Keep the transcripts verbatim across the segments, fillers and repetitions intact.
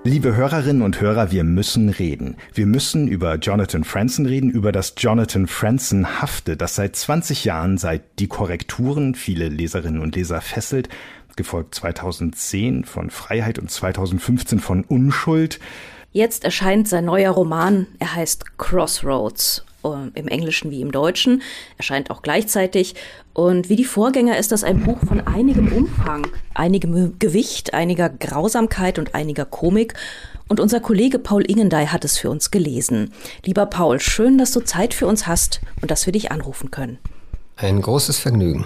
Liebe Hörerinnen und Hörer, wir müssen reden. Wir müssen über Jonathan Franzen reden, über das Jonathan Franzen-Hafte, das seit zwanzig Jahren seit Die Korrekturen viele Leserinnen und Leser fesselt, gefolgt zweitausendzehn von Freiheit und zweitausendfünfzehn von Unschuld. Jetzt erscheint sein neuer Roman, er heißt Crossroads, im Englischen wie im Deutschen, erscheint auch gleichzeitig. Und wie die Vorgänger ist das ein Buch von einigem Umfang, einigem Gewicht, einiger Grausamkeit und einiger Komik. Und unser Kollege Paul Ingendey hat es für uns gelesen. Lieber Paul, schön, dass du Zeit für uns hast und dass wir dich anrufen können. Ein großes Vergnügen.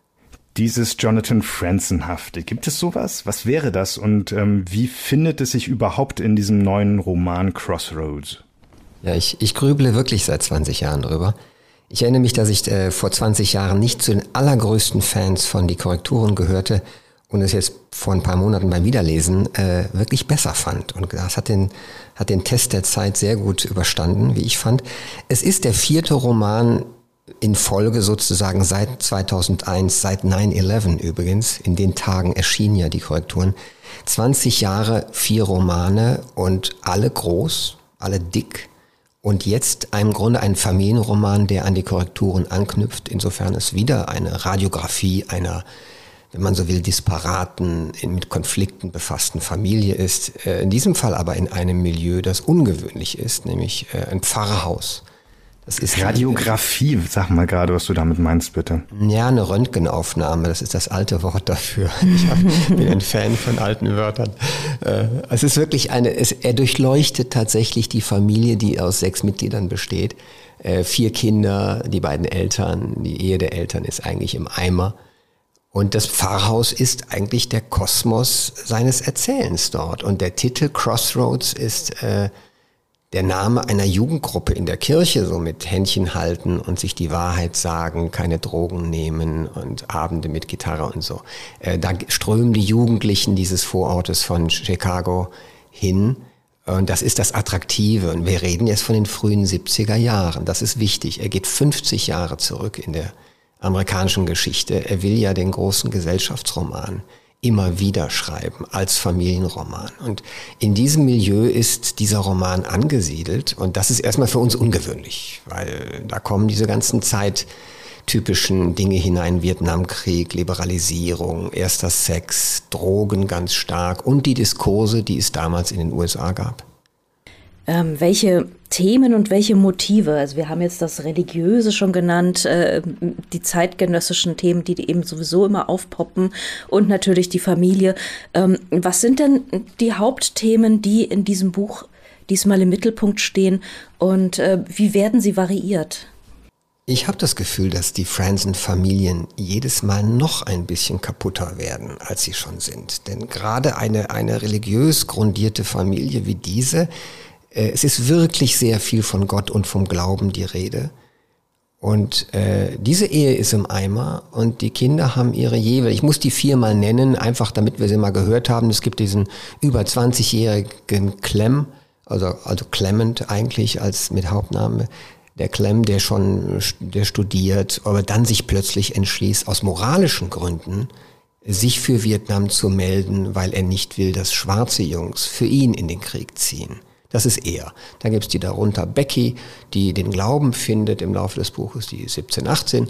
Dieses Jonathan Franzen-Hafte, gibt es sowas? Was wäre das und ähm, wie findet es sich überhaupt in diesem neuen Roman Crossroads? Ja, ich, ich grüble wirklich seit zwanzig Jahren drüber. Ich erinnere mich, dass ich äh, vor zwanzig Jahren nicht zu den allergrößten Fans von Die Korrekturen gehörte und es jetzt vor ein paar Monaten beim Wiederlesen äh, wirklich besser fand. Und das hat den, hat den Test der Zeit sehr gut überstanden, wie ich fand. Es ist der vierte Roman in Folge sozusagen seit zweitausendeins, seit nine eleven übrigens. In den Tagen erschienen ja Die Korrekturen. zwanzig Jahre, vier Romane und alle groß, alle dick. Und jetzt im Grunde ein Familienroman, der an Die Korrekturen anknüpft. Insofern es wieder eine Radiografie einer, wenn man so will, disparaten, mit Konflikten befassten Familie ist. In diesem Fall aber in einem Milieu, das ungewöhnlich ist, nämlich ein Pfarrhaus. Das ist Radiografie, sag mal gerade, was du damit meinst, bitte. Ja, eine Röntgenaufnahme, das ist das alte Wort dafür. Ich hab, bin ein Fan von alten Wörtern. Es ist wirklich eine, es, er durchleuchtet tatsächlich die Familie, die aus sechs Mitgliedern besteht. Vier Kinder, die beiden Eltern, die Ehe der Eltern ist eigentlich im Eimer. Und das Pfarrhaus ist eigentlich der Kosmos seines Erzählens dort. Und der Titel Crossroads ist äh, der Name einer Jugendgruppe in der Kirche, so mit Händchen halten und sich die Wahrheit sagen, keine Drogen nehmen und Abende mit Gitarre und so. Äh, da strömen die Jugendlichen dieses Vorortes von Chicago hin und das ist das Attraktive. Und wir reden jetzt von den frühen siebziger Jahren, das ist wichtig. Er geht fünfzig Jahre zurück in der amerikanischen Geschichte. Er will ja den großen Gesellschaftsroman immer wieder schreiben als Familienroman. Und in diesem Milieu ist dieser Roman angesiedelt und das ist erstmal für uns ungewöhnlich, weil da kommen diese ganzen zeittypischen Dinge hinein, Vietnamkrieg, Liberalisierung, erster Sex, Drogen ganz stark und die Diskurse, die es damals in den U S A gab. Ähm, welche Themen und welche Motive, also wir haben jetzt das Religiöse schon genannt, äh, die zeitgenössischen Themen, die eben sowieso immer aufpoppen und natürlich die Familie. Ähm, was sind denn die Hauptthemen, die in diesem Buch diesmal im Mittelpunkt stehen und äh, wie werden sie variiert? Ich habe das Gefühl, dass die Franzen-Familien jedes Mal noch ein bisschen kaputter werden, als sie schon sind. Denn gerade eine, eine religiös grundierte Familie wie diese, es ist wirklich sehr viel von Gott und vom Glauben die Rede. Und äh, diese Ehe ist im Eimer und die Kinder haben ihre jeweils, ich muss die viermal nennen, einfach damit wir sie mal gehört haben. Es gibt diesen über zwanzigjährigen Clem, also, also Clement eigentlich als mit Hauptname. Der Clem, der schon, der studiert, aber dann sich plötzlich entschließt, aus moralischen Gründen, sich für Vietnam zu melden, weil er nicht will, dass schwarze Jungs für ihn in den Krieg ziehen. Das ist er. Dann gibt's die darunter Becky, die den Glauben findet im Laufe des Buches, die ist siebzehn, achtzehn.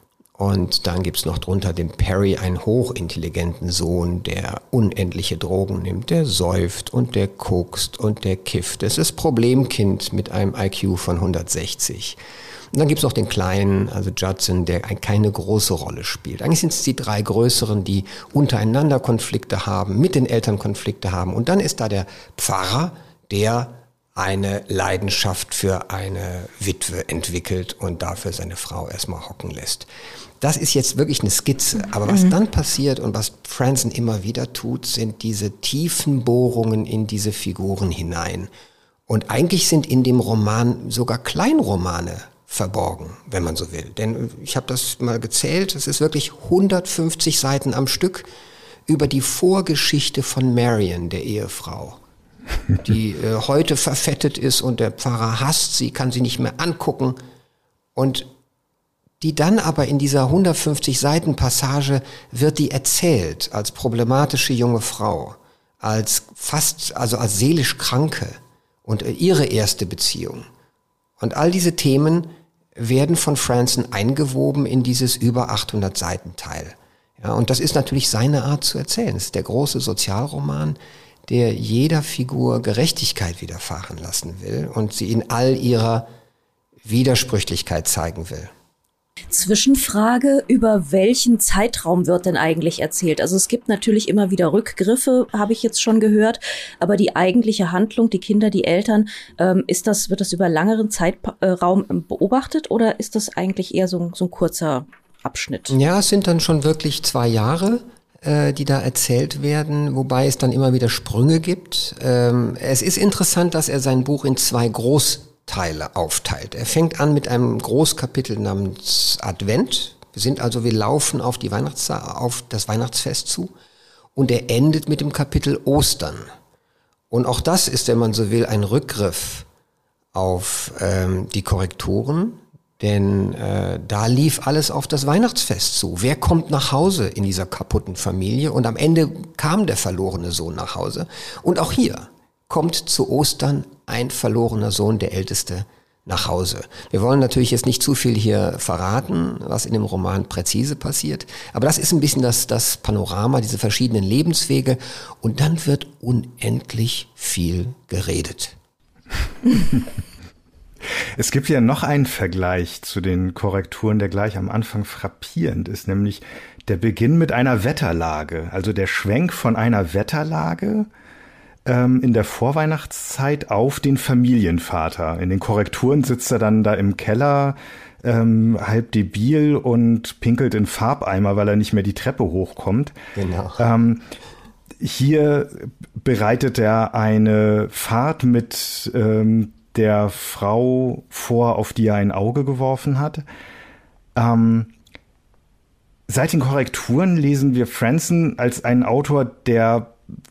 Und dann gibt's noch drunter den Perry, einen hochintelligenten Sohn, der unendliche Drogen nimmt, der säuft und der kokst und der kifft. Das ist Problemkind mit einem I Q von hundertsechzig. Und dann gibt's noch den Kleinen, also Judson, der keine große Rolle spielt. Eigentlich sind es die drei Größeren, die untereinander Konflikte haben, mit den Eltern Konflikte haben. Und dann ist da der Pfarrer, der eine Leidenschaft für eine Witwe entwickelt und dafür seine Frau erstmal hocken lässt. Das ist jetzt wirklich eine Skizze, aber was dann passiert und was Franzen immer wieder tut, sind diese tiefen Bohrungen in diese Figuren hinein. Und eigentlich sind in dem Roman sogar Kleinromane verborgen, wenn man so will. Denn ich habe das mal gezählt, es ist wirklich hundertfünfzig Seiten am Stück über die Vorgeschichte von Marion, der Ehefrau, die äh, heute verfettet ist und der Pfarrer hasst sie, kann sie nicht mehr angucken und die dann aber in dieser hundertfünfzig Seiten Passage wird die erzählt als problematische junge Frau, als fast, also als seelisch Kranke und ihre erste Beziehung. Und all diese Themen werden von Franzen eingewoben in dieses über achthundert Seiten Teil. Ja, und das ist natürlich seine Art zu erzählen. Es ist der große Sozialroman, der jeder Figur Gerechtigkeit widerfahren lassen will und sie in all ihrer Widersprüchlichkeit zeigen will. Zwischenfrage, über welchen Zeitraum wird denn eigentlich erzählt? Also es gibt natürlich immer wieder Rückgriffe, habe ich jetzt schon gehört, aber die eigentliche Handlung, die Kinder, die Eltern, ähm, ist das, wird das über längeren Zeitraum beobachtet oder ist das eigentlich eher so, so ein kurzer Abschnitt? Ja, es sind dann schon wirklich zwei Jahre, äh, die da erzählt werden, wobei es dann immer wieder Sprünge gibt. Ähm, es ist interessant, dass er sein Buch in zwei Groß Teile aufteilt. Er fängt an mit einem Großkapitel namens Advent. Wir sind also, wir laufen auf die Weihnachts- auf das Weihnachtsfest zu. Und er endet mit dem Kapitel Ostern. Und auch das ist, wenn man so will, ein Rückgriff auf ähm, die Korrekturen. Denn äh, da lief alles auf das Weihnachtsfest zu. Wer kommt nach Hause in dieser kaputten Familie? Und am Ende kam der verlorene Sohn nach Hause. Und auch hier kommt zu Ostern ein verlorener Sohn, der Älteste, nach Hause. Wir wollen natürlich jetzt nicht zu viel hier verraten, was in dem Roman präzise passiert, aber das ist ein bisschen das, das Panorama, diese verschiedenen Lebenswege und dann wird unendlich viel geredet. Es gibt ja noch einen Vergleich zu den Korrekturen, der gleich am Anfang frappierend ist, nämlich der Beginn mit einer Wetterlage, also der Schwenk von einer Wetterlage in der Vorweihnachtszeit auf den Familienvater. In den Korrekturen sitzt er dann da im Keller, ähm, halb debil und pinkelt in Farbeimer, weil er nicht mehr die Treppe hochkommt. Genau. Ähm, hier bereitet er eine Fahrt mit ähm, der Frau vor, auf die er ein Auge geworfen hat. Ähm, seit den Korrekturen lesen wir Franzen als einen Autor, der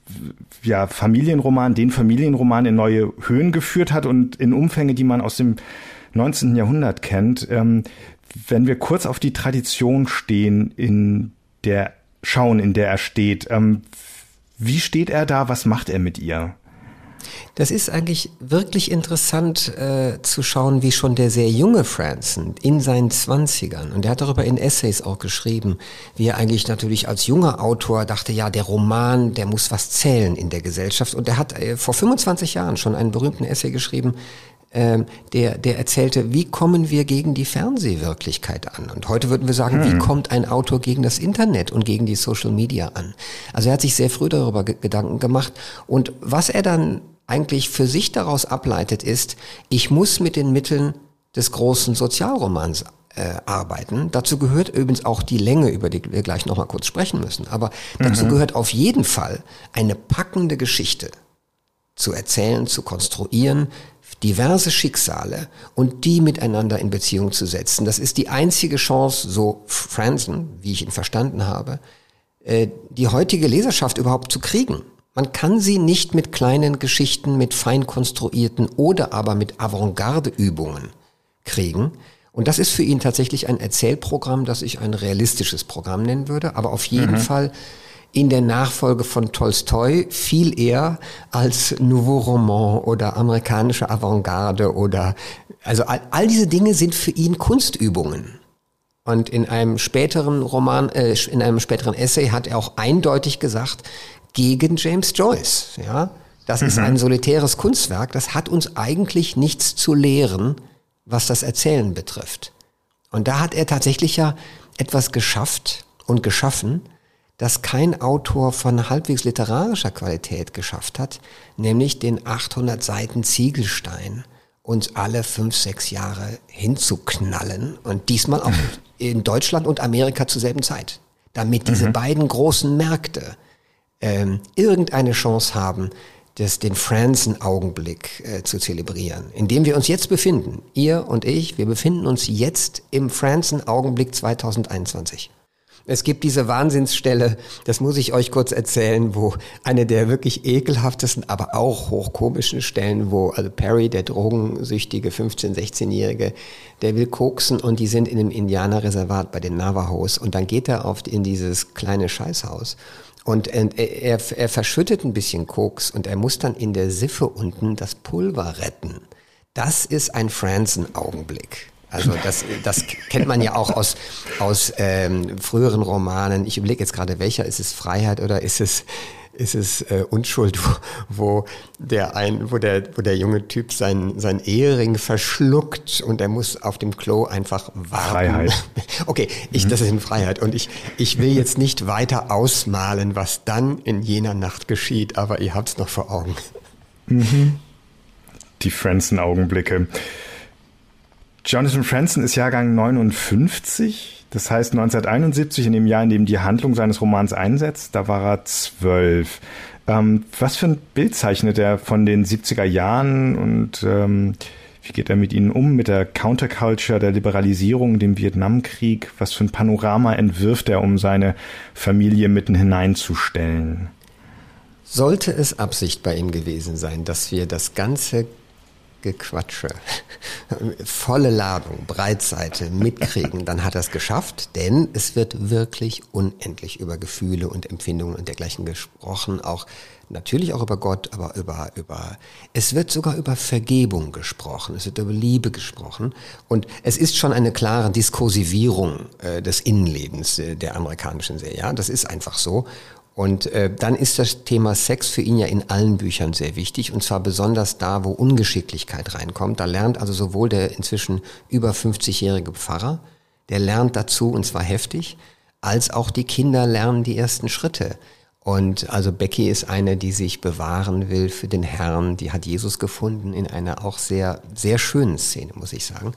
ja, Familienroman, den Familienroman in neue Höhen geführt hat und in Umfänge, die man aus dem neunzehnten Jahrhundert kennt. Ähm, wenn wir kurz auf die Tradition stehen, in der schauen, in der er steht, ähm, wie steht er da? Was macht er mit ihr? Das ist eigentlich wirklich interessant äh, zu schauen, wie schon der sehr junge Franzen in seinen Zwanzigern, und er hat darüber in Essays auch geschrieben, wie er eigentlich natürlich als junger Autor dachte, ja, der Roman, der muss was zählen in der Gesellschaft. Und er hat äh, vor fünfundzwanzig Jahren schon einen berühmten Essay geschrieben, äh, der, der erzählte, wie kommen wir gegen die Fernsehwirklichkeit an? Und heute würden wir sagen, hm. wie kommt ein Autor gegen das Internet und gegen die Social Media an? Also er hat sich sehr früh darüber ge- Gedanken gemacht. Und was er dann eigentlich für sich daraus ableitet, ist, ich muss mit den Mitteln des großen Sozialromans äh, arbeiten. Dazu gehört übrigens auch die Länge, über die wir gleich nochmal kurz sprechen müssen. Aber dazu mhm. gehört auf jeden Fall eine packende Geschichte zu erzählen, zu konstruieren, diverse Schicksale und die miteinander in Beziehung zu setzen. Das ist die einzige Chance, so Franzen, wie ich ihn verstanden habe, äh, die heutige Leserschaft überhaupt zu kriegen. Man kann sie nicht mit kleinen Geschichten, mit fein konstruierten oder aber mit Avantgarde-Übungen kriegen. Und das ist für ihn tatsächlich ein Erzählprogramm, das ich ein realistisches Programm nennen würde, aber auf jeden mhm. Fall in der Nachfolge von Tolstoi viel eher als Nouveau Roman oder amerikanische Avantgarde oder, also all, all diese Dinge sind für ihn Kunstübungen. Und in einem späteren Roman, äh, in einem späteren Essay hat er auch eindeutig gesagt, gegen James Joyce, ja. Das mhm. ist ein solitäres Kunstwerk, das hat uns eigentlich nichts zu lehren, was das Erzählen betrifft. Und da hat er tatsächlich ja etwas geschafft und geschaffen, das kein Autor von halbwegs literarischer Qualität geschafft hat, nämlich den achthundert Seiten Ziegelstein uns alle fünf, sechs Jahre hinzuknallen und diesmal auch in Deutschland und Amerika zur selben Zeit, damit diese mhm. beiden großen Märkte ähm, irgendeine Chance haben, das, den Franzen-Augenblick äh, zu zelebrieren, in dem wir uns jetzt befinden. Ihr und ich, wir befinden uns jetzt im Franzen-Augenblick zweitausendeinundzwanzig. Es gibt diese Wahnsinnsstelle, das muss ich euch kurz erzählen, wo eine der wirklich ekelhaftesten, aber auch hochkomischen Stellen, wo also Perry, der drogensüchtige fünfzehn-, sechzehnjährige, der will koksen und die sind in einem Indianerreservat bei den Navajos und dann geht er oft in dieses kleine Scheißhaus und er, er, er verschüttet ein bisschen Koks und er muss dann in der Siffe unten das Pulver retten. Das ist ein Franzen-Augenblick. Also das, das kennt man ja auch aus, aus ähm, früheren Romanen. Ich überlege jetzt gerade, welcher, ist es Freiheit oder ist es, ist es äh, Unschuld, wo, wo, der ein, wo, der, wo der junge Typ seinen sein Ehering verschluckt und er muss auf dem Klo einfach warten. Freiheit. Okay, ich, mhm. das ist in Freiheit und ich, ich will jetzt nicht weiter ausmalen, was dann in jener Nacht geschieht, aber ihr habt es noch vor Augen. Mhm. Die Franzen-Augenblicke. Jonathan Franzen ist Jahrgang neunundfünfzig, das heißt neunzehnhunderteinundsiebzig, in dem Jahr, in dem die Handlung seines Romans einsetzt, da war er zwölf. Ähm, was für ein Bild zeichnet er von den siebziger Jahren und ähm, wie geht er mit ihnen um, mit der Counterculture, der Liberalisierung, dem Vietnamkrieg? Was für ein Panorama entwirft er, um seine Familie mitten hineinzustellen? Sollte es Absicht bei ihm gewesen sein, dass wir das ganze Gequatsche, volle Ladung, Breitseite mitkriegen, dann hat er es geschafft, denn es wird wirklich unendlich über Gefühle und Empfindungen und dergleichen gesprochen, auch natürlich auch über Gott, aber über, über, es wird sogar über Vergebung gesprochen, es wird über Liebe gesprochen und es ist schon eine klare Diskursivierung äh, des Innenlebens äh, der amerikanischen Serie, ja, das ist einfach so. Und äh, dann ist das Thema Sex für ihn ja in allen Büchern sehr wichtig und zwar besonders da, wo Ungeschicklichkeit reinkommt. Da lernt also sowohl der inzwischen über fünfzigjährige Pfarrer, der lernt dazu und zwar heftig, als auch die Kinder lernen die ersten Schritte. Und also Becky ist eine, die sich bewahren will für den Herrn, die hat Jesus gefunden in einer auch sehr, sehr schönen Szene, muss ich sagen.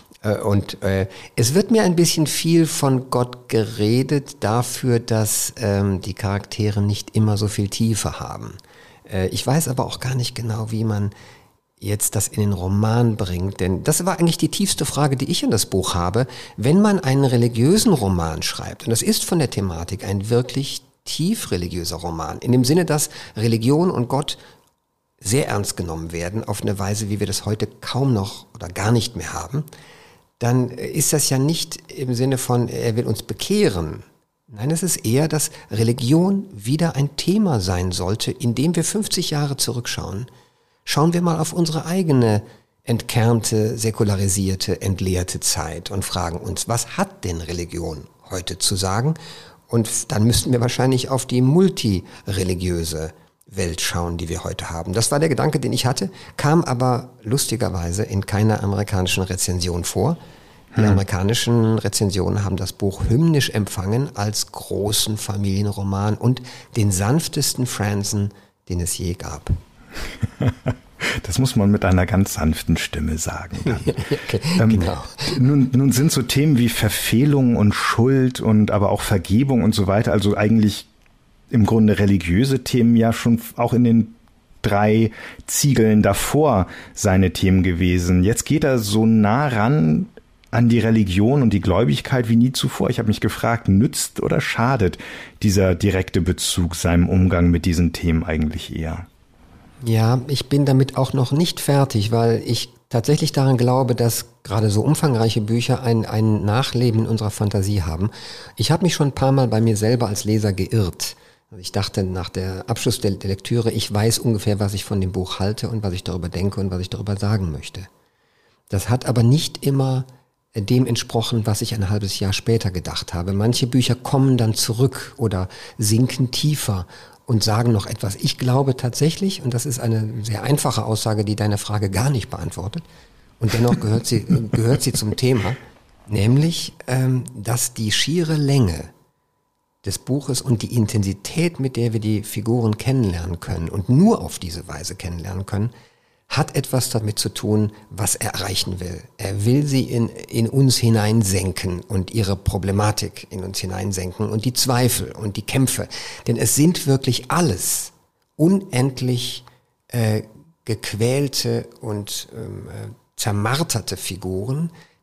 Und äh, es wird mir ein bisschen viel von Gott geredet dafür, dass ähm, die Charaktere nicht immer so viel Tiefe haben. Äh, ich weiß aber auch gar nicht genau, wie man jetzt das in den Roman bringt, denn das war eigentlich die tiefste Frage, die ich in das Buch habe. Wenn man einen religiösen Roman schreibt, und das ist von der Thematik ein wirklich tief religiöser Roman, in dem Sinne, dass Religion und Gott sehr ernst genommen werden, auf eine Weise, wie wir das heute kaum noch oder gar nicht mehr haben, dann ist das ja nicht im Sinne von, er will uns bekehren. Nein, es ist eher, dass Religion wieder ein Thema sein sollte, indem wir fünfzig Jahre zurückschauen. Schauen wir mal auf unsere eigene entkernte, säkularisierte, entleerte Zeit und fragen uns, was hat denn Religion heute zu sagen? Und dann müssten wir wahrscheinlich auf die multireligiöse Welt schauen, die wir heute haben. Das war der Gedanke, den ich hatte, kam aber lustigerweise in keiner amerikanischen Rezension vor. Die hm. amerikanischen Rezensionen haben das Buch hymnisch empfangen als großen Familienroman und den sanftesten Franzen, den es je gab. Das muss man mit einer ganz sanften Stimme sagen. Okay, ähm, genau. Nun, nun sind so Themen wie Verfehlung und Schuld und aber auch Vergebung und so weiter, also eigentlich im Grunde religiöse Themen ja schon auch in den drei Ziegeln davor seine Themen gewesen. Jetzt geht er so nah ran an die Religion und die Gläubigkeit wie nie zuvor. Ich habe mich gefragt, nützt oder schadet dieser direkte Bezug seinem Umgang mit diesen Themen eigentlich eher? Ja, ich bin damit auch noch nicht fertig, weil ich tatsächlich daran glaube, dass gerade so umfangreiche Bücher ein, ein Nachleben in unserer Fantasie haben. Ich habe mich schon ein paar Mal bei mir selber als Leser geirrt. Ich dachte nach der Abschluss der, der Lektüre, ich weiß ungefähr, was ich von dem Buch halte und was ich darüber denke und was ich darüber sagen möchte. Das hat aber nicht immer dem entsprochen, was ich ein halbes Jahr später gedacht habe. Manche Bücher kommen dann zurück oder sinken tiefer und sagen noch etwas. Ich glaube tatsächlich, und das ist eine sehr einfache Aussage, die deine Frage gar nicht beantwortet, und dennoch gehört sie, gehört sie zum Thema, nämlich, ähm, dass die schiere Länge des Buches und die Intensität, mit der wir die Figuren kennenlernen können und nur auf diese Weise kennenlernen können, hat etwas damit zu tun, was er erreichen will. Er will sie in, in uns hineinsenken und ihre Problematik in uns hineinsenken und die Zweifel und die Kämpfe. Denn es sind wirklich alles unendlich äh, gequälte und ähm, zermarterte Figuren,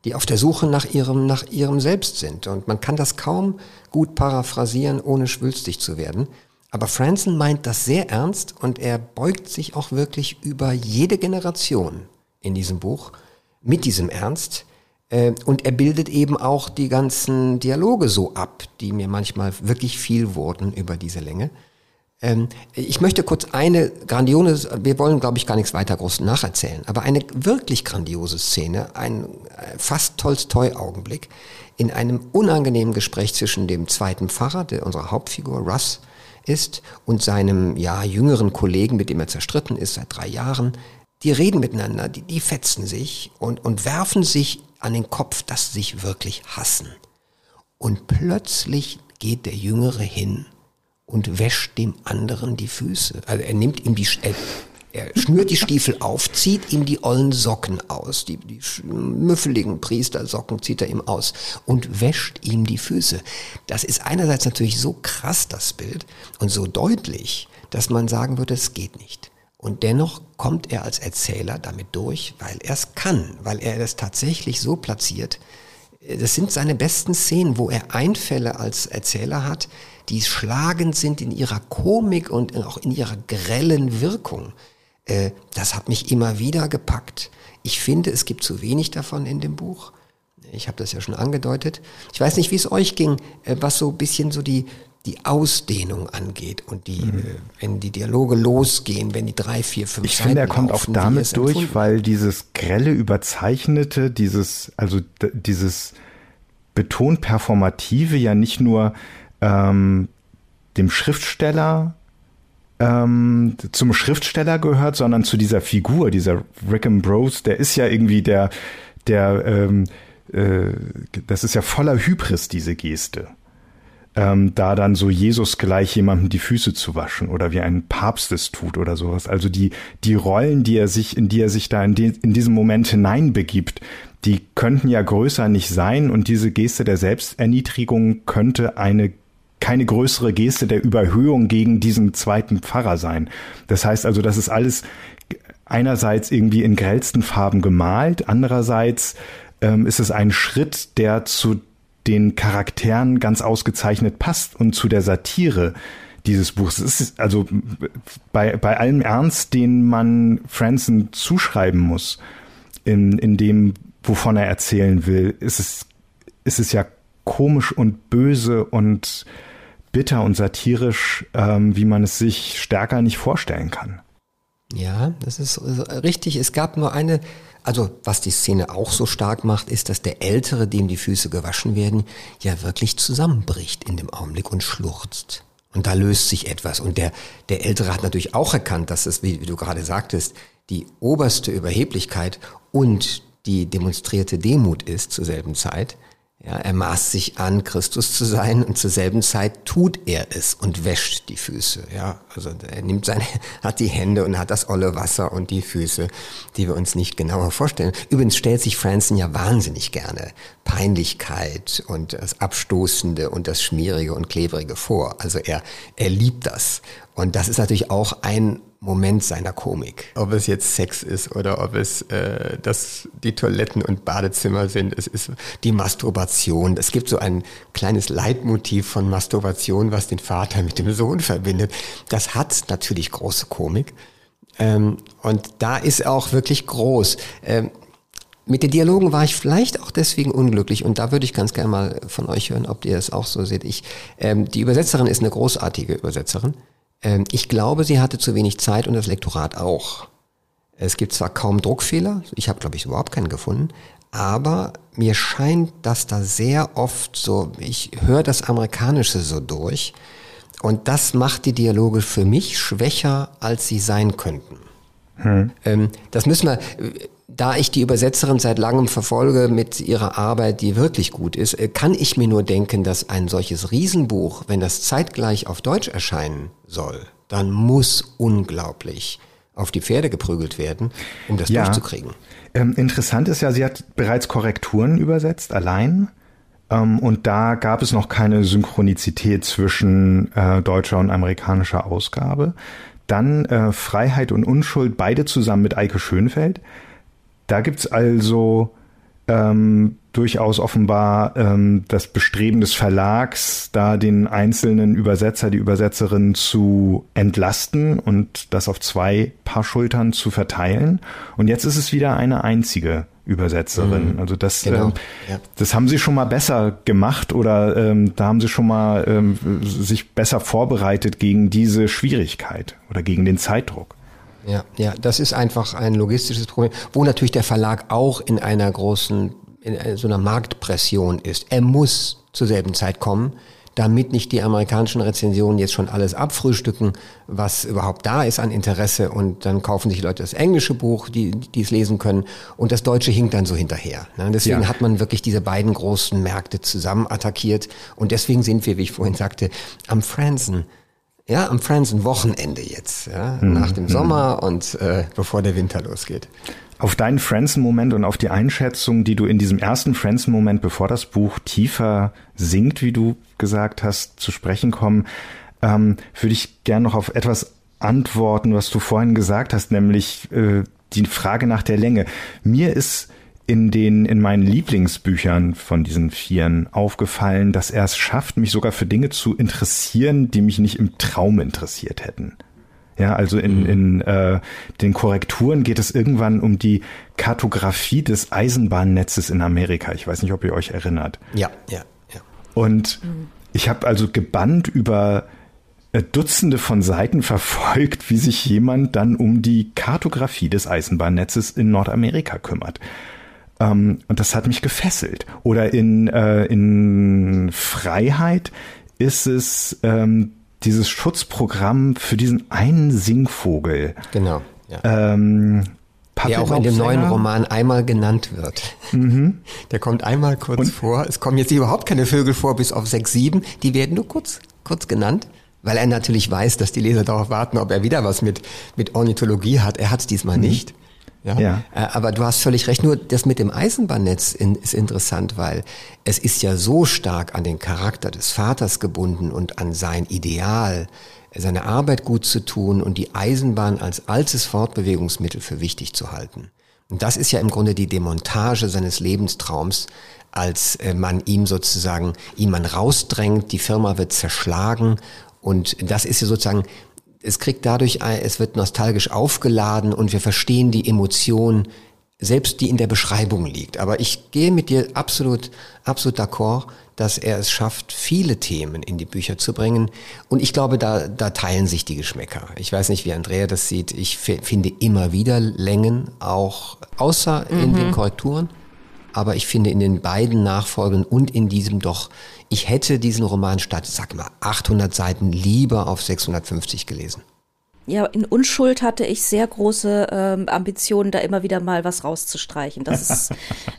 die auf der Suche nach ihrem, nach ihrem Selbst sind. Und man kann das kaum gut paraphrasieren, ohne schwülstig zu werden. Aber Franzen meint das sehr ernst und er beugt sich auch wirklich über jede Generation in diesem Buch mit diesem Ernst. Und er bildet eben auch die ganzen Dialoge so ab, die mir manchmal wirklich viel wurden über diese Länge. Ich möchte kurz eine grandiose, wir wollen glaube ich gar nichts weiter groß nacherzählen, aber eine wirklich grandiose Szene, ein fast Tolstoi-Augenblick in einem unangenehmen Gespräch zwischen dem zweiten Pfarrer, der unsere Hauptfigur Russ ist, und seinem ja jüngeren Kollegen, mit dem er zerstritten ist seit drei Jahren. Die reden miteinander, die, die fetzen sich und, und werfen sich an den Kopf, dass sie sich wirklich hassen. Und plötzlich geht der Jüngere hin und wäscht dem anderen die Füße. Also er nimmt ihm die, er, er schnürt die Stiefel auf, zieht ihm die ollen Socken aus, die, die müffeligen Priestersocken zieht er ihm aus und wäscht ihm die Füße. Das ist einerseits natürlich so krass, das Bild, und so deutlich, dass man sagen würde, es geht nicht. Und dennoch kommt er als Erzähler damit durch, weil er es kann, weil er das tatsächlich so platziert. Das sind seine besten Szenen, wo er Einfälle als Erzähler hat, die schlagend sind in ihrer Komik und auch in ihrer grellen Wirkung. Das hat mich immer wieder gepackt. Ich finde, es gibt zu wenig davon in dem Buch. Ich habe das ja schon angedeutet. Ich weiß nicht, wie es euch ging, was so ein bisschen so die die Ausdehnung angeht und die, mhm. äh, wenn die Dialoge losgehen, wenn die drei, vier, fünf Ich finde, er kommt auch damit durch, weil dieses grelle, überzeichnete, dieses, also d- dieses betont performative ja nicht nur ähm, dem Schriftsteller ähm, zum Schriftsteller gehört, sondern zu dieser Figur, dieser Rick Ambrose, der ist ja irgendwie der, der, ähm, äh, das ist ja voller Hybris, diese Geste. Ähm, da dann so Jesus gleich jemandem die Füße zu waschen oder wie ein Papst es tut oder sowas. Also die die Rollen, die er sich, in die er sich da in, die, in diesem Moment hineinbegibt, die könnten ja größer nicht sein und diese Geste der Selbsterniedrigung könnte eine keine größere Geste der Überhöhung gegen diesen zweiten Pfarrer sein. Das heißt also, das ist alles einerseits irgendwie in grellsten Farben gemalt, andererseits ähm, ist es ein Schritt, der zu den Charakteren ganz ausgezeichnet passt und zu der Satire dieses Buchs. Es ist also bei, bei allem Ernst, den man Franzen zuschreiben muss, in, in dem, wovon er erzählen will, ist es, ist es ja komisch und böse und bitter und satirisch, ähm, wie man es sich stärker nicht vorstellen kann. Ja, das ist richtig. Es gab nur eine, also was die Szene auch so stark macht, ist, dass der Ältere, dem die Füße gewaschen werden, ja wirklich zusammenbricht in dem Augenblick und schluchzt. Und da löst sich etwas. Und der, der Ältere hat natürlich auch erkannt, dass es, wie, wie du gerade sagtest, die oberste Überheblichkeit und die demonstrierte Demut ist zur selben Zeit. Ja, er maßt sich an, Christus zu sein, und zur selben Zeit tut er es und wäscht die Füße. Ja, also er nimmt seine, hat die Hände und hat das olle Wasser und die Füße, die wir uns nicht genauer vorstellen. Übrigens stellt sich Franzen ja wahnsinnig gerne Peinlichkeit und das Abstoßende und das Schmierige und Klebrige vor. Also er, er liebt das. Und das ist natürlich auch ein Moment seiner Komik. Ob es jetzt Sex ist oder ob es äh, das, die Toiletten und Badezimmer sind, es ist die Masturbation. Es gibt so ein kleines Leitmotiv von Masturbation, was den Vater mit dem Sohn verbindet. Das hat natürlich große Komik. Ähm, und da ist auch wirklich groß. Ähm, mit den Dialogen war ich vielleicht auch deswegen unglücklich, und da würde ich ganz gerne mal von euch hören, ob ihr es auch so seht. Ich, ähm, die Übersetzerin ist eine großartige Übersetzerin. Ich glaube, sie hatte zu wenig Zeit und das Lektorat auch. Es gibt zwar kaum Druckfehler, ich habe, glaube ich, überhaupt keinen gefunden, aber mir scheint, dass da sehr oft so, ich höre das Amerikanische so durch, und das macht die Dialoge für mich schwächer, als sie sein könnten. Hm. Das müssen wir, da ich die Übersetzerin seit langem verfolge mit ihrer Arbeit, die wirklich gut ist, kann ich mir nur denken, dass ein solches Riesenbuch, wenn das zeitgleich auf Deutsch erscheinen soll, dann muss unglaublich auf die Pferde geprügelt werden, um das ja durchzukriegen. Ähm, interessant ist ja, sie hat bereits Korrekturen übersetzt, allein. Ähm, und da gab es noch keine Synchronizität zwischen äh, deutscher und amerikanischer Ausgabe. Dann äh, Freiheit und Unschuld, beide zusammen mit Eike Schönfeld. Da gibt's also ähm, durchaus offenbar ähm, das Bestreben des Verlags, da den einzelnen Übersetzer, die Übersetzerin zu entlasten und das auf zwei Paar Schultern zu verteilen. Und jetzt ist es wieder eine einzige Übersetzerin. Mhm. Also das, genau. ähm, ja. das haben sie schon mal besser gemacht oder ähm, da haben sie schon mal ähm, sich besser vorbereitet gegen diese Schwierigkeit oder gegen den Zeitdruck. Ja, ja, das ist einfach ein logistisches Problem, wo natürlich der Verlag auch in einer großen, in so einer Marktpression ist. Er muss zur selben Zeit kommen, damit nicht die amerikanischen Rezensionen jetzt schon alles abfrühstücken, was überhaupt da ist an Interesse, und dann kaufen sich Leute das englische Buch, die, die es lesen können, und das deutsche hinkt dann so hinterher. Deswegen ja. hat man wirklich diese beiden großen Märkte zusammen attackiert, und deswegen sind wir, wie ich vorhin sagte, am Franzen. Ja, am Franzen-Wochenende jetzt, ja, mhm. nach dem Sommer und äh, bevor der Winter losgeht. Auf deinen Franzen-Moment und auf die Einschätzung, die du in diesem ersten Franzen-Moment, bevor das Buch tiefer sinkt, wie du gesagt hast, zu sprechen kommen, ähm, würde ich gern noch auf etwas antworten, was du vorhin gesagt hast, nämlich äh, die Frage nach der Länge. Mir ist in den, in meinen Lieblingsbüchern von diesen Vieren aufgefallen, dass er es schafft, mich sogar für Dinge zu interessieren, die mich nicht im Traum interessiert hätten. Ja, also in, mhm. in äh, den Korrekturen geht es irgendwann um die Kartografie des Eisenbahnnetzes in Amerika. Ich weiß nicht, ob ihr euch erinnert. Ja, ja, ja. Und mhm. ich habe also gebannt über äh, Dutzende von Seiten verfolgt, wie sich jemand dann um die Kartografie des Eisenbahnnetzes in Nordamerika kümmert. Um, und das hat mich gefesselt. Oder in, äh, in Freiheit ist es ähm, dieses Schutzprogramm für diesen einen Singvogel. Genau. Ja. Ähm, der auch in dem neuen Roman einmal genannt wird. Mhm. Der kommt einmal kurz und? vor. Es kommen jetzt überhaupt keine Vögel vor, bis auf sechs, sieben. Die werden nur kurz, kurz genannt, weil er natürlich weiß, dass die Leser darauf warten, ob er wieder was mit, mit Ornithologie hat. Er hat es diesmal mhm. nicht. Ja, ja. Aber du hast völlig recht, nur das mit dem Eisenbahnnetz ist interessant, weil es ist ja so stark an den Charakter des Vaters gebunden und an sein Ideal, seine Arbeit gut zu tun und die Eisenbahn als altes Fortbewegungsmittel für wichtig zu halten. Und das ist ja im Grunde die Demontage seines Lebenstraums, als man ihm sozusagen, ihn man rausdrängt, die Firma wird zerschlagen, und das ist ja sozusagen, es kriegt dadurch, es wird nostalgisch aufgeladen und wir verstehen die Emotion, selbst die in der Beschreibung liegt. Aber ich gehe mit dir absolut, absolut d'accord, dass er es schafft, viele Themen in die Bücher zu bringen. Und ich glaube, da, da teilen sich die Geschmäcker. Ich weiß nicht, wie Andrea das sieht. Ich f- finde immer wieder Längen, auch außer in mhm. den Korrekturen. Aber ich finde in den beiden Nachfolgen und in diesem doch, ich hätte diesen Roman statt, sag mal, achthundert Seiten lieber auf sechshundertfünfzig gelesen. Ja, in Unschuld hatte ich sehr große ähm, Ambitionen, da immer wieder mal was rauszustreichen. Das ist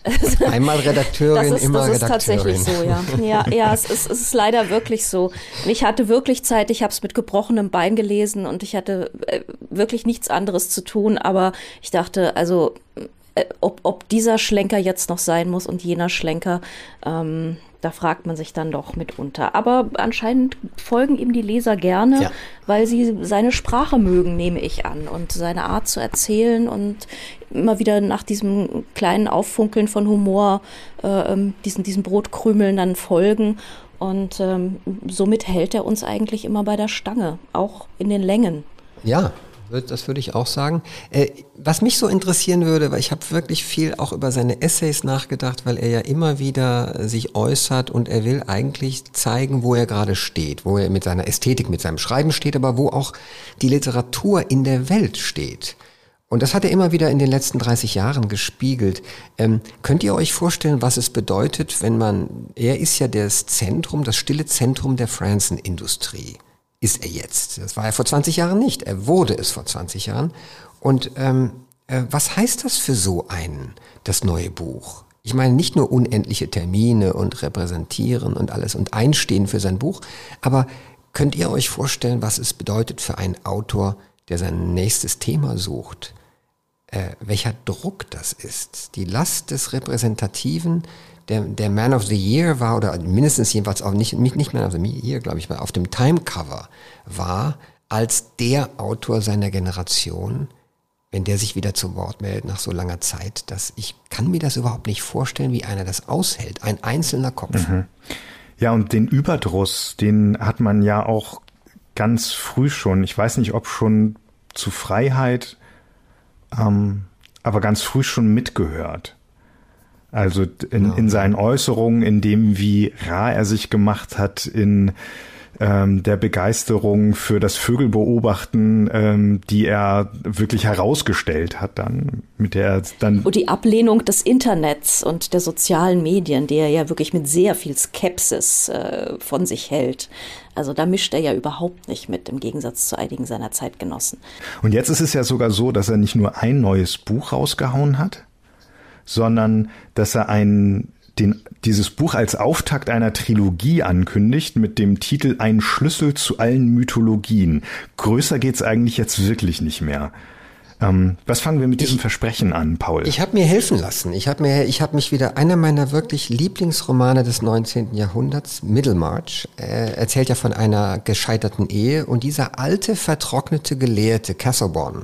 einmal Redakteurin, das ist, immer das ist Redakteurin. Tatsächlich so, ja. Ja, ja, es ist, es ist leider wirklich so. Ich hatte wirklich Zeit, ich habe es mit gebrochenem Bein gelesen und ich hatte äh, wirklich nichts anderes zu tun, aber ich dachte, also äh, ob, ob dieser Schlenker jetzt noch sein muss und jener Schlenker, ähm, da fragt man sich dann doch mitunter. Aber anscheinend folgen ihm die Leser gerne, ja. weil sie seine Sprache mögen, nehme ich an. Und seine Art zu erzählen und immer wieder nach diesem kleinen Auffunkeln von Humor, äh, diesen, diesen Brotkrümeln dann folgen. Und ähm, somit hält er uns eigentlich immer bei der Stange, auch in den Längen. Ja, das würde ich auch sagen. Äh, was mich so interessieren würde, weil ich habe wirklich viel auch über seine Essays nachgedacht, weil er ja immer wieder sich äußert und er will eigentlich zeigen, wo er gerade steht, wo er mit seiner Ästhetik, mit seinem Schreiben steht, aber wo auch die Literatur in der Welt steht. Und das hat er immer wieder in den letzten dreißig Jahren gespiegelt. Ähm, könnt ihr euch vorstellen, was es bedeutet, wenn man, er ist ja das Zentrum, das stille Zentrum der Franzen-Industrie. Ist er jetzt. Das war er vor zwanzig Jahren nicht. Er wurde es vor zwanzig Jahren. Und ähm, äh, was heißt das für so einen, das neue Buch? Ich meine, nicht nur unendliche Termine und repräsentieren und alles und einstehen für sein Buch, aber könnt ihr euch vorstellen, was es bedeutet für einen Autor, der sein nächstes Thema sucht? Äh, welcher Druck das ist? Die Last des Repräsentativen. Der, der Man of the Year war, oder mindestens jedenfalls auch nicht, nicht Man of the Year, glaube ich, war auf dem Timecover, war als der Autor seiner Generation wenn der sich wieder zu Wort meldet nach so langer Zeit, dass ich kann mir das überhaupt nicht vorstellen, wie einer das aushält, ein einzelner Kopf. Mhm. Ja, und den Überdruss, den hat man ja auch ganz früh schon, ich weiß nicht, ob schon zu Freiheit, ähm, aber ganz früh schon mitgehört. Also in, in seinen Äußerungen, in dem, wie rar er sich gemacht hat, in ähm, der Begeisterung für das Vögelbeobachten, ähm, die er wirklich herausgestellt hat dann, mit der er dann... Und die Ablehnung des Internets und der sozialen Medien, die er ja wirklich mit sehr viel Skepsis äh, von sich hält. Also da mischt er ja überhaupt nicht mit, im Gegensatz zu einigen seiner Zeitgenossen. Und jetzt ist es ja sogar so, dass er nicht nur ein neues Buch rausgehauen hat, sondern dass er ein, den, dieses Buch als Auftakt einer Trilogie ankündigt mit dem Titel Ein Schlüssel zu allen Mythologien. Größer geht's eigentlich jetzt wirklich nicht mehr. Ähm, was fangen wir mit diesem ich, Versprechen an, Paul? Ich habe mir helfen lassen. Ich habe mir, ich habe mich wieder, einer meiner wirklich Lieblingsromane des neunzehnten Jahrhunderts, Middlemarch, äh, erzählt ja von einer gescheiterten Ehe, und dieser alte, vertrocknete Gelehrte, Casaubon,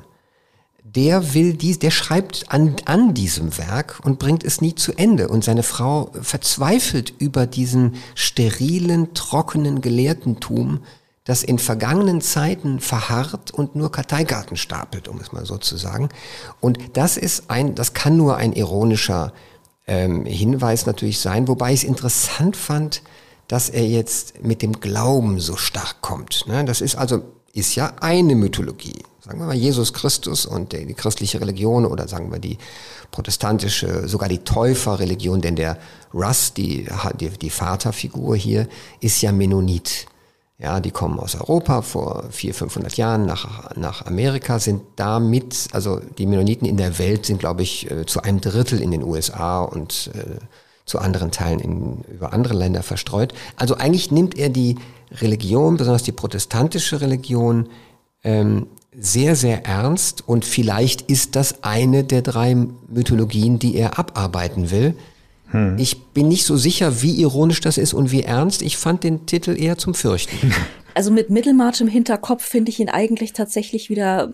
der will dies, der schreibt an, an diesem Werk und bringt es nie zu Ende. Und seine Frau verzweifelt über diesen sterilen, trockenen Gelehrtentum, das in vergangenen Zeiten verharrt und nur Karteikarten stapelt, um es mal so zu sagen. Und das ist ein, das kann nur ein ironischer ähm, Hinweis natürlich sein, wobei ich es interessant fand, dass er jetzt mit dem Glauben so stark kommt. Ne? Das ist also, ist ja eine Mythologie. Sagen wir mal Jesus Christus und die, die christliche Religion, oder sagen wir die protestantische, sogar die Täuferreligion, denn der Russ, die, die, die Vaterfigur hier, ist ja Mennonit. Ja, die kommen aus Europa vor vierhundert, fünfhundert Jahren nach, nach Amerika, sind damit, also die Mennoniten in der Welt sind, glaube ich, zu einem Drittel in den U S A und äh, zu anderen Teilen in, über andere Länder verstreut. Also eigentlich nimmt er die Religion, besonders die protestantische Religion, ähm, sehr, sehr ernst, und vielleicht ist das eine der drei Mythologien, die er abarbeiten will. Hm. Ich bin nicht so sicher, wie ironisch das ist und wie ernst. Ich fand den Titel eher zum Fürchten. Also mit Middlemarch im Hinterkopf finde ich ihn eigentlich tatsächlich wieder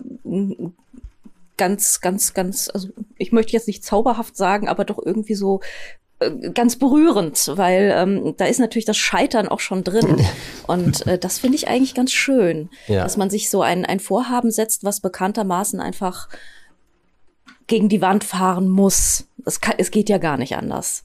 ganz, ganz, ganz, also ich möchte jetzt nicht zauberhaft sagen, aber doch irgendwie so ganz berührend, weil ähm, da ist natürlich das Scheitern auch schon drin. Und äh, das finde ich eigentlich ganz schön, ja, dass man sich so ein, ein Vorhaben setzt, was bekanntermaßen einfach gegen die Wand fahren muss. Es, kann, es geht ja gar nicht anders.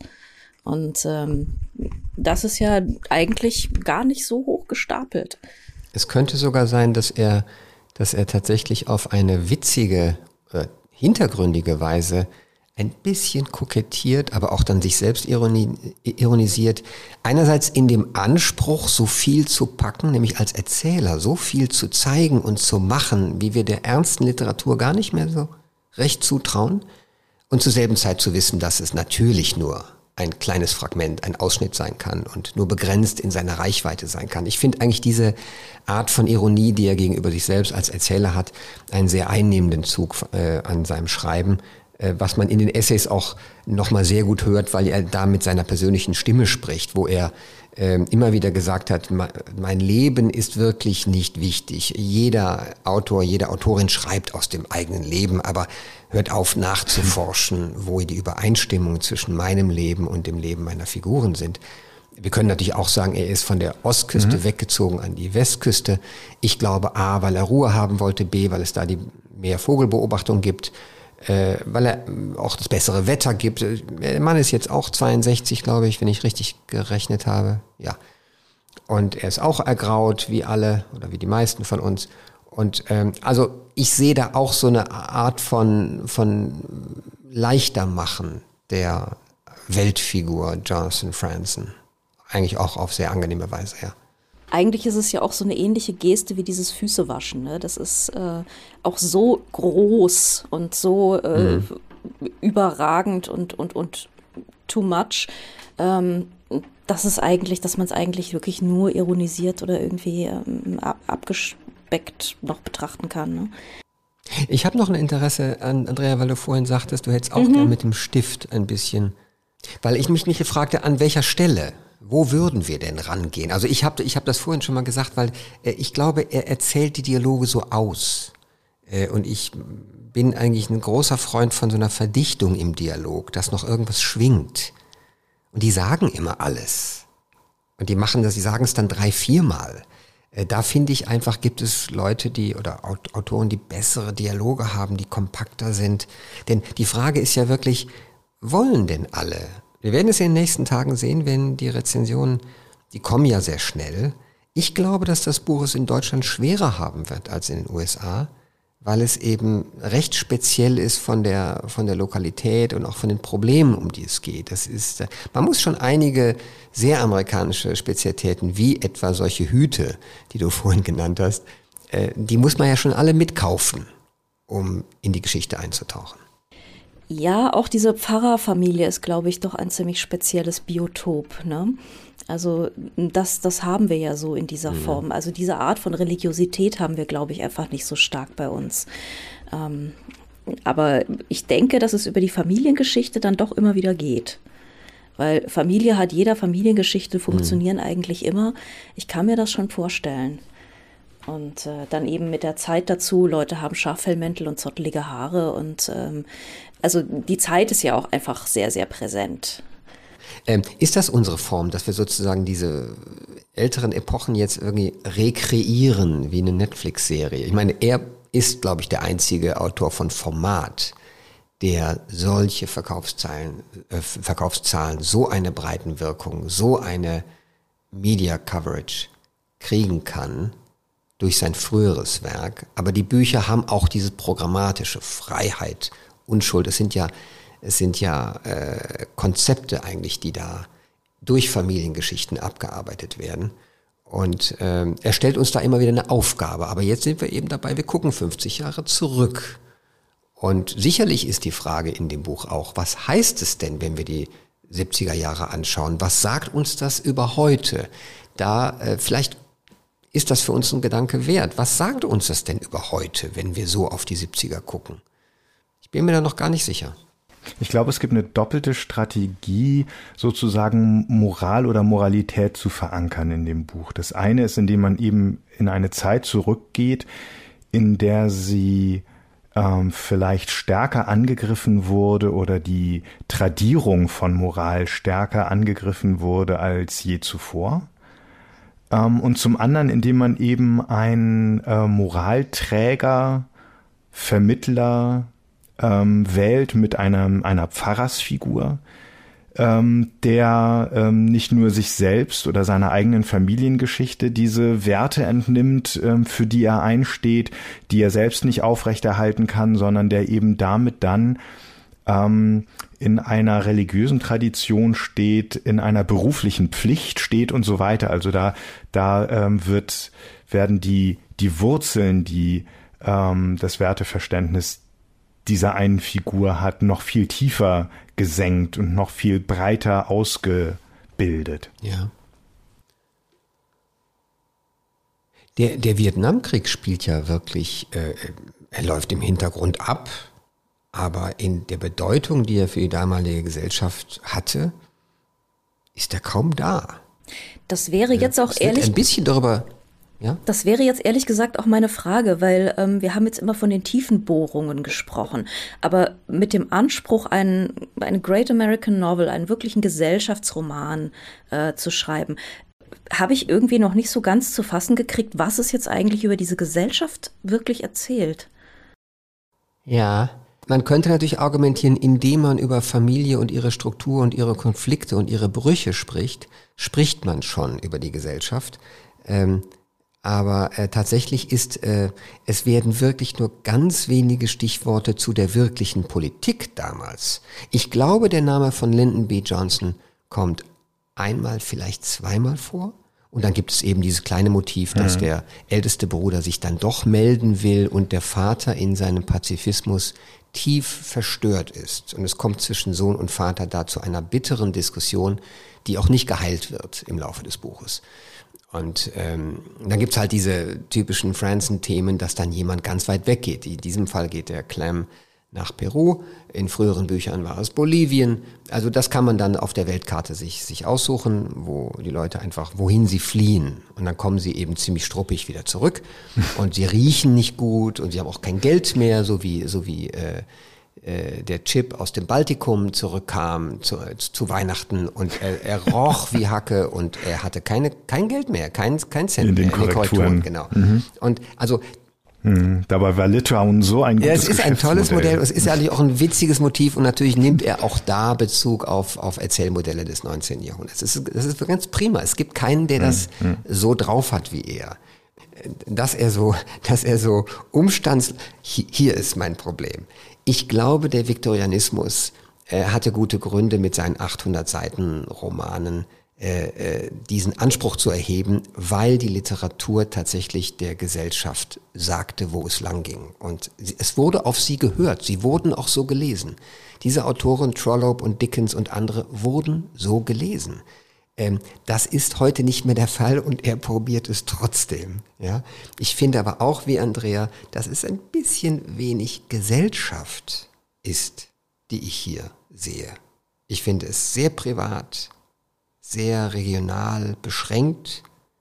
Und ähm, das ist ja eigentlich gar nicht so hoch gestapelt. Es könnte sogar sein, dass er, dass er tatsächlich auf eine witzige, äh, hintergründige Weise ein bisschen kokettiert, aber auch dann sich selbst ironi- ironisiert. Einerseits in dem Anspruch, so viel zu packen, nämlich als Erzähler, so viel zu zeigen und zu machen, wie wir der ernsten Literatur gar nicht mehr so recht zutrauen. Und zur selben Zeit zu wissen, dass es natürlich nur ein kleines Fragment, ein Ausschnitt sein kann und nur begrenzt in seiner Reichweite sein kann. Ich finde eigentlich diese Art von Ironie, die er gegenüber sich selbst als Erzähler hat, einen sehr einnehmenden Zug äh, an seinem Schreiben, was man in den Essays auch nochmal sehr gut hört, weil er da mit seiner persönlichen Stimme spricht, wo er äh, immer wieder gesagt hat, mein Leben ist wirklich nicht wichtig. Jeder Autor, jede Autorin schreibt aus dem eigenen Leben, aber hört auf nachzuforschen, wo die Übereinstimmungen zwischen meinem Leben und dem Leben meiner Figuren sind. Wir können natürlich auch sagen, er ist von der Ostküste mhm. weggezogen an die Westküste. Ich glaube A, weil er Ruhe haben wollte, B, weil es da die mehr Vogelbeobachtung gibt, Äh, weil er auch das bessere Wetter gibt. Der Mann ist jetzt auch zweiundsechzig, glaube ich, wenn ich richtig gerechnet habe. Ja. Und er ist auch ergraut, wie alle oder wie die meisten von uns. Und ähm, also ich sehe da auch so eine Art von, von Leichtermachen der Weltfigur Jonathan Franzen. Eigentlich auch auf sehr angenehme Weise, ja. Eigentlich ist es ja auch so eine ähnliche Geste wie dieses Füßewaschen. Ne? Das ist äh, auch so groß und so äh, mhm. überragend und, und, und too much. Ähm, das ist eigentlich, dass man es eigentlich wirklich nur ironisiert oder irgendwie ähm, ab, abgespeckt noch betrachten kann. Ne? Ich habe noch ein Interesse an, Andrea, weil du vorhin sagtest, du hättest auch mhm. gerne mit dem Stift ein bisschen, weil ich mich, mich fragte, an welcher Stelle? Wo würden wir denn rangehen? Also ich habe ich hab das vorhin schon mal gesagt, weil äh, ich glaube, er erzählt die Dialoge so aus. Äh, und ich bin eigentlich ein großer Freund von so einer Verdichtung im Dialog, dass noch irgendwas schwingt. Und die sagen immer alles. Und die machen das, die sagen es dann drei, viermal. Äh, da finde ich einfach, gibt es Leute, die oder Autoren, die bessere Dialoge haben, die kompakter sind. Denn die Frage ist ja wirklich, wollen denn alle? Wir werden es in den nächsten Tagen sehen, wenn die Rezensionen, die kommen ja sehr schnell. Ich glaube, dass das Buch es in Deutschland schwerer haben wird als in den U S A, weil es eben recht speziell ist von der von der Lokalität und auch von den Problemen, um die es geht. Das ist, man muss schon einige sehr amerikanische Spezialitäten, wie etwa solche Hüte, die du vorhin genannt hast, äh, die muss man ja schon alle mitkaufen, um in die Geschichte einzutauchen. Ja, auch diese Pfarrerfamilie ist, glaube ich, doch ein ziemlich spezielles Biotop, ne? Also das, das haben wir ja so in dieser mhm. Form. Also diese Art von Religiosität haben wir, glaube ich, einfach nicht so stark bei uns. Ähm, aber ich denke, dass es über die Familiengeschichte dann doch immer wieder geht. Weil Familie hat jeder Familiengeschichte, funktionieren mhm. eigentlich immer. Ich kann mir das schon vorstellen. Und äh, dann eben mit der Zeit dazu, Leute haben Schaffellmäntel und zottelige Haare. Und ähm, also die Zeit ist ja auch einfach sehr, sehr präsent. Ähm, ist das unsere Form, dass wir sozusagen diese älteren Epochen jetzt irgendwie rekreieren wie eine Netflix-Serie? Ich meine, er ist, glaube ich, der einzige Autor von Format, der solche Verkaufszahlen, äh, Verkaufszahlen, so eine Breitenwirkung, so eine Media-Coverage kriegen kann durch sein früheres Werk. Aber die Bücher haben auch diese programmatische Freiheit, Unschuld. Es sind ja Es sind ja äh, Konzepte eigentlich, die da durch Familiengeschichten abgearbeitet werden. Und ähm, er stellt uns da immer wieder eine Aufgabe. Aber jetzt sind wir eben dabei, wir gucken fünfzig Jahre zurück. Und sicherlich ist die Frage in dem Buch auch, was heißt es denn, wenn wir die siebziger Jahre anschauen? Was sagt uns das über heute? Da äh, vielleicht ist das für uns ein Gedanke wert. Was sagt uns das denn über heute, wenn wir so auf die siebziger gucken? Ich bin mir da noch gar nicht sicher. Ich glaube, es gibt eine doppelte Strategie, sozusagen Moral oder Moralität zu verankern in dem Buch. Das eine ist, indem man eben in eine Zeit zurückgeht, in der sie ähm, vielleicht stärker angegriffen wurde oder die Tradierung von Moral stärker angegriffen wurde als je zuvor. Ähm, und zum anderen, indem man eben einen äh, Moralträger, Vermittler, Ähm, wählt mit einem, einer Pfarrersfigur, ähm, der ähm, nicht nur sich selbst oder seiner eigenen Familiengeschichte diese Werte entnimmt, ähm, für die er einsteht, die er selbst nicht aufrechterhalten kann, sondern der eben damit dann ähm, in einer religiösen Tradition steht, in einer beruflichen Pflicht steht und so weiter. Also da, da ähm, wird, werden die, die Wurzeln, die ähm, das Werteverständnis dieser einen Figur hat, noch viel tiefer gesenkt und noch viel breiter ausgebildet. Ja. Der, der Vietnamkrieg spielt ja wirklich, äh, er läuft im Hintergrund ab, aber in der Bedeutung, die er für die damalige Gesellschaft hatte, ist er kaum da. Das wäre jetzt auch es ehrlich... Ein bisschen darüber... Ja? Das wäre jetzt ehrlich gesagt auch meine Frage, weil ähm, wir haben jetzt immer von den Tiefenbohrungen gesprochen. Aber mit dem Anspruch, einen, eine Great American Novel, einen wirklichen Gesellschaftsroman äh, zu schreiben, habe ich irgendwie noch nicht so ganz zu fassen gekriegt, was es jetzt eigentlich über diese Gesellschaft wirklich erzählt. Ja, man könnte natürlich argumentieren, indem man über Familie und ihre Struktur und ihre Konflikte und ihre Brüche spricht, spricht man schon über die Gesellschaft. Ähm, Aber äh, tatsächlich ist, äh, es werden wirklich nur ganz wenige Stichworte zu der wirklichen Politik damals. Ich glaube, der Name von Lyndon B. Johnson kommt einmal, vielleicht zweimal vor. Und dann gibt es eben dieses kleine Motiv, dass mhm. der älteste Bruder sich dann doch melden will und der Vater in seinem Pazifismus tief verstört ist. Und es kommt zwischen Sohn und Vater da zu einer bitteren Diskussion, die auch nicht geheilt wird im Laufe des Buches. Und ähm, dann gibt's halt diese typischen Franzen-Themen, dass dann jemand ganz weit weg geht. In diesem Fall geht der Clem nach Peru. In früheren Büchern war es Bolivien. Also das kann man dann auf der Weltkarte sich, sich aussuchen, wo die Leute einfach, wohin sie fliehen. Und dann kommen sie eben ziemlich struppig wieder zurück. Und sie riechen nicht gut und sie haben auch kein Geld mehr, so wie, so wie äh, äh, der Chip aus dem Baltikum zurückkam zu, zu Weihnachten. Und er, er roch wie Hacke und er hatte keine, kein Geld mehr, kein, kein Cent in den mehr. Korrekturen. In den Korrekturen, genau. Mhm. Und also Dabei war Litauen so ein gutes Ja, es ist ein tolles Modell. Es ist ja eigentlich auch ein witziges Motiv und natürlich nimmt er auch da Bezug auf, auf Erzählmodelle des neunzehnten Jahrhunderts. Das ist, das ist ganz prima. Es gibt keinen, der das mhm. so drauf hat wie er. Dass er so, dass er so umstands... Hier ist mein Problem. Ich glaube, der Viktorianismus äh, hatte gute Gründe mit seinen achthundert Seiten Romanen Äh, diesen Anspruch zu erheben, weil die Literatur tatsächlich der Gesellschaft sagte, wo es lang ging. Und es wurde auf sie gehört, sie wurden auch so gelesen. Diese Autoren, Trollope und Dickens und andere, wurden so gelesen. Ähm, das ist heute nicht mehr der Fall und er probiert es trotzdem. Ja? Ich finde aber auch wie Andrea, dass es ein bisschen wenig Gesellschaft ist, die ich hier sehe. Ich finde es sehr privat, sehr regional beschränkt.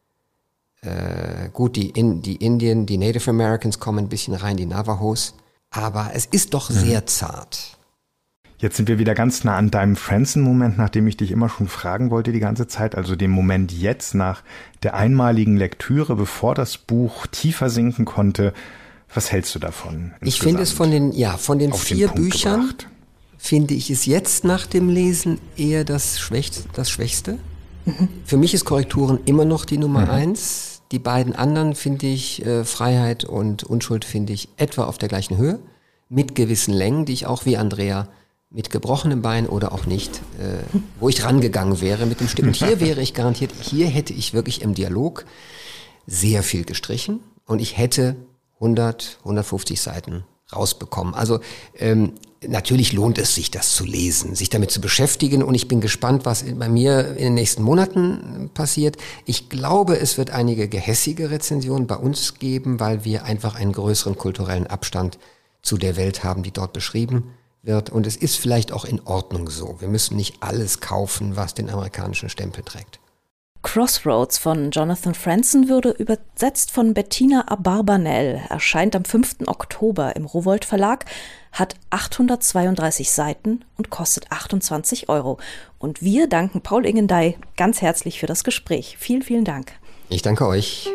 Äh, gut, die, in, die Indien, die Native Americans kommen ein bisschen rein, die Navajos. Aber es ist doch sehr mhm. zart. Jetzt sind wir wieder ganz nah an deinem Franzen-Moment, nach dem ich dich immer schon fragen wollte die ganze Zeit. Also dem Moment jetzt nach der einmaligen Lektüre, bevor das Buch tiefer sinken konnte. Was hältst du davon? Ich finde es von den, ja, von den vier den Büchern... Gebracht? Finde ich es jetzt nach dem Lesen eher das Schwächste. Das Schwächste. Mhm. Für mich ist Korrekturen immer noch die Nummer mhm. eins. Die beiden anderen finde ich, äh, Freiheit und Unschuld, finde ich etwa auf der gleichen Höhe. Mit gewissen Längen, die ich auch wie Andrea mit gebrochenem Bein oder auch nicht, äh, wo ich rangegangen wäre mit dem Stück. Und hier wäre ich garantiert, hier hätte ich wirklich im Dialog sehr viel gestrichen und ich hätte hundert, hundertfünfzig Seiten rausbekommen. Also ähm, natürlich lohnt es sich, das zu lesen, sich damit zu beschäftigen und ich bin gespannt, was bei mir in den nächsten Monaten passiert. Ich glaube, es wird einige gehässige Rezensionen bei uns geben, weil wir einfach einen größeren kulturellen Abstand zu der Welt haben, die dort beschrieben wird und es ist vielleicht auch in Ordnung so. Wir müssen nicht alles kaufen, was den amerikanischen Stempel trägt. Crossroads von Jonathan Franzen wurde übersetzt von Bettina Abarbanel, erscheint am fünften Oktober im Rowohlt Verlag, hat achthundertzweiunddreißig Seiten und kostet achtundzwanzig Euro. Und wir danken Paul Ingendey ganz herzlich für das Gespräch. Vielen, vielen Dank. Ich danke euch.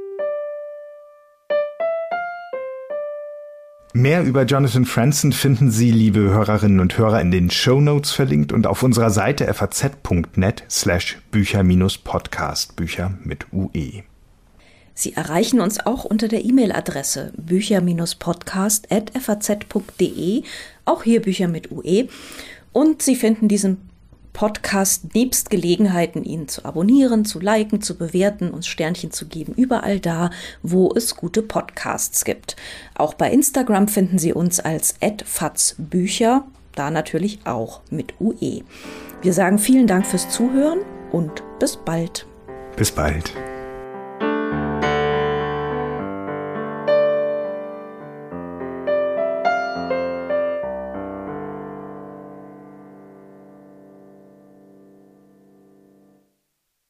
Mehr über Jonathan Franzen finden Sie, liebe Hörerinnen und Hörer, in den Shownotes verlinkt und auf unserer Seite faz.net slash Bücher minus Podcast, Bücher mit U E. Sie erreichen uns auch unter der E-Mail-Adresse bücher podcast at faz punkt de, auch hier Bücher mit U E. Und Sie finden diesen Podcast nebst Gelegenheiten, ihn zu abonnieren, zu liken, zu bewerten, uns Sternchen zu geben, überall da, wo es gute Podcasts gibt. Auch bei Instagram finden Sie uns als at fazbücher, da natürlich auch mit U E. Wir sagen vielen Dank fürs Zuhören und bis bald. Bis bald.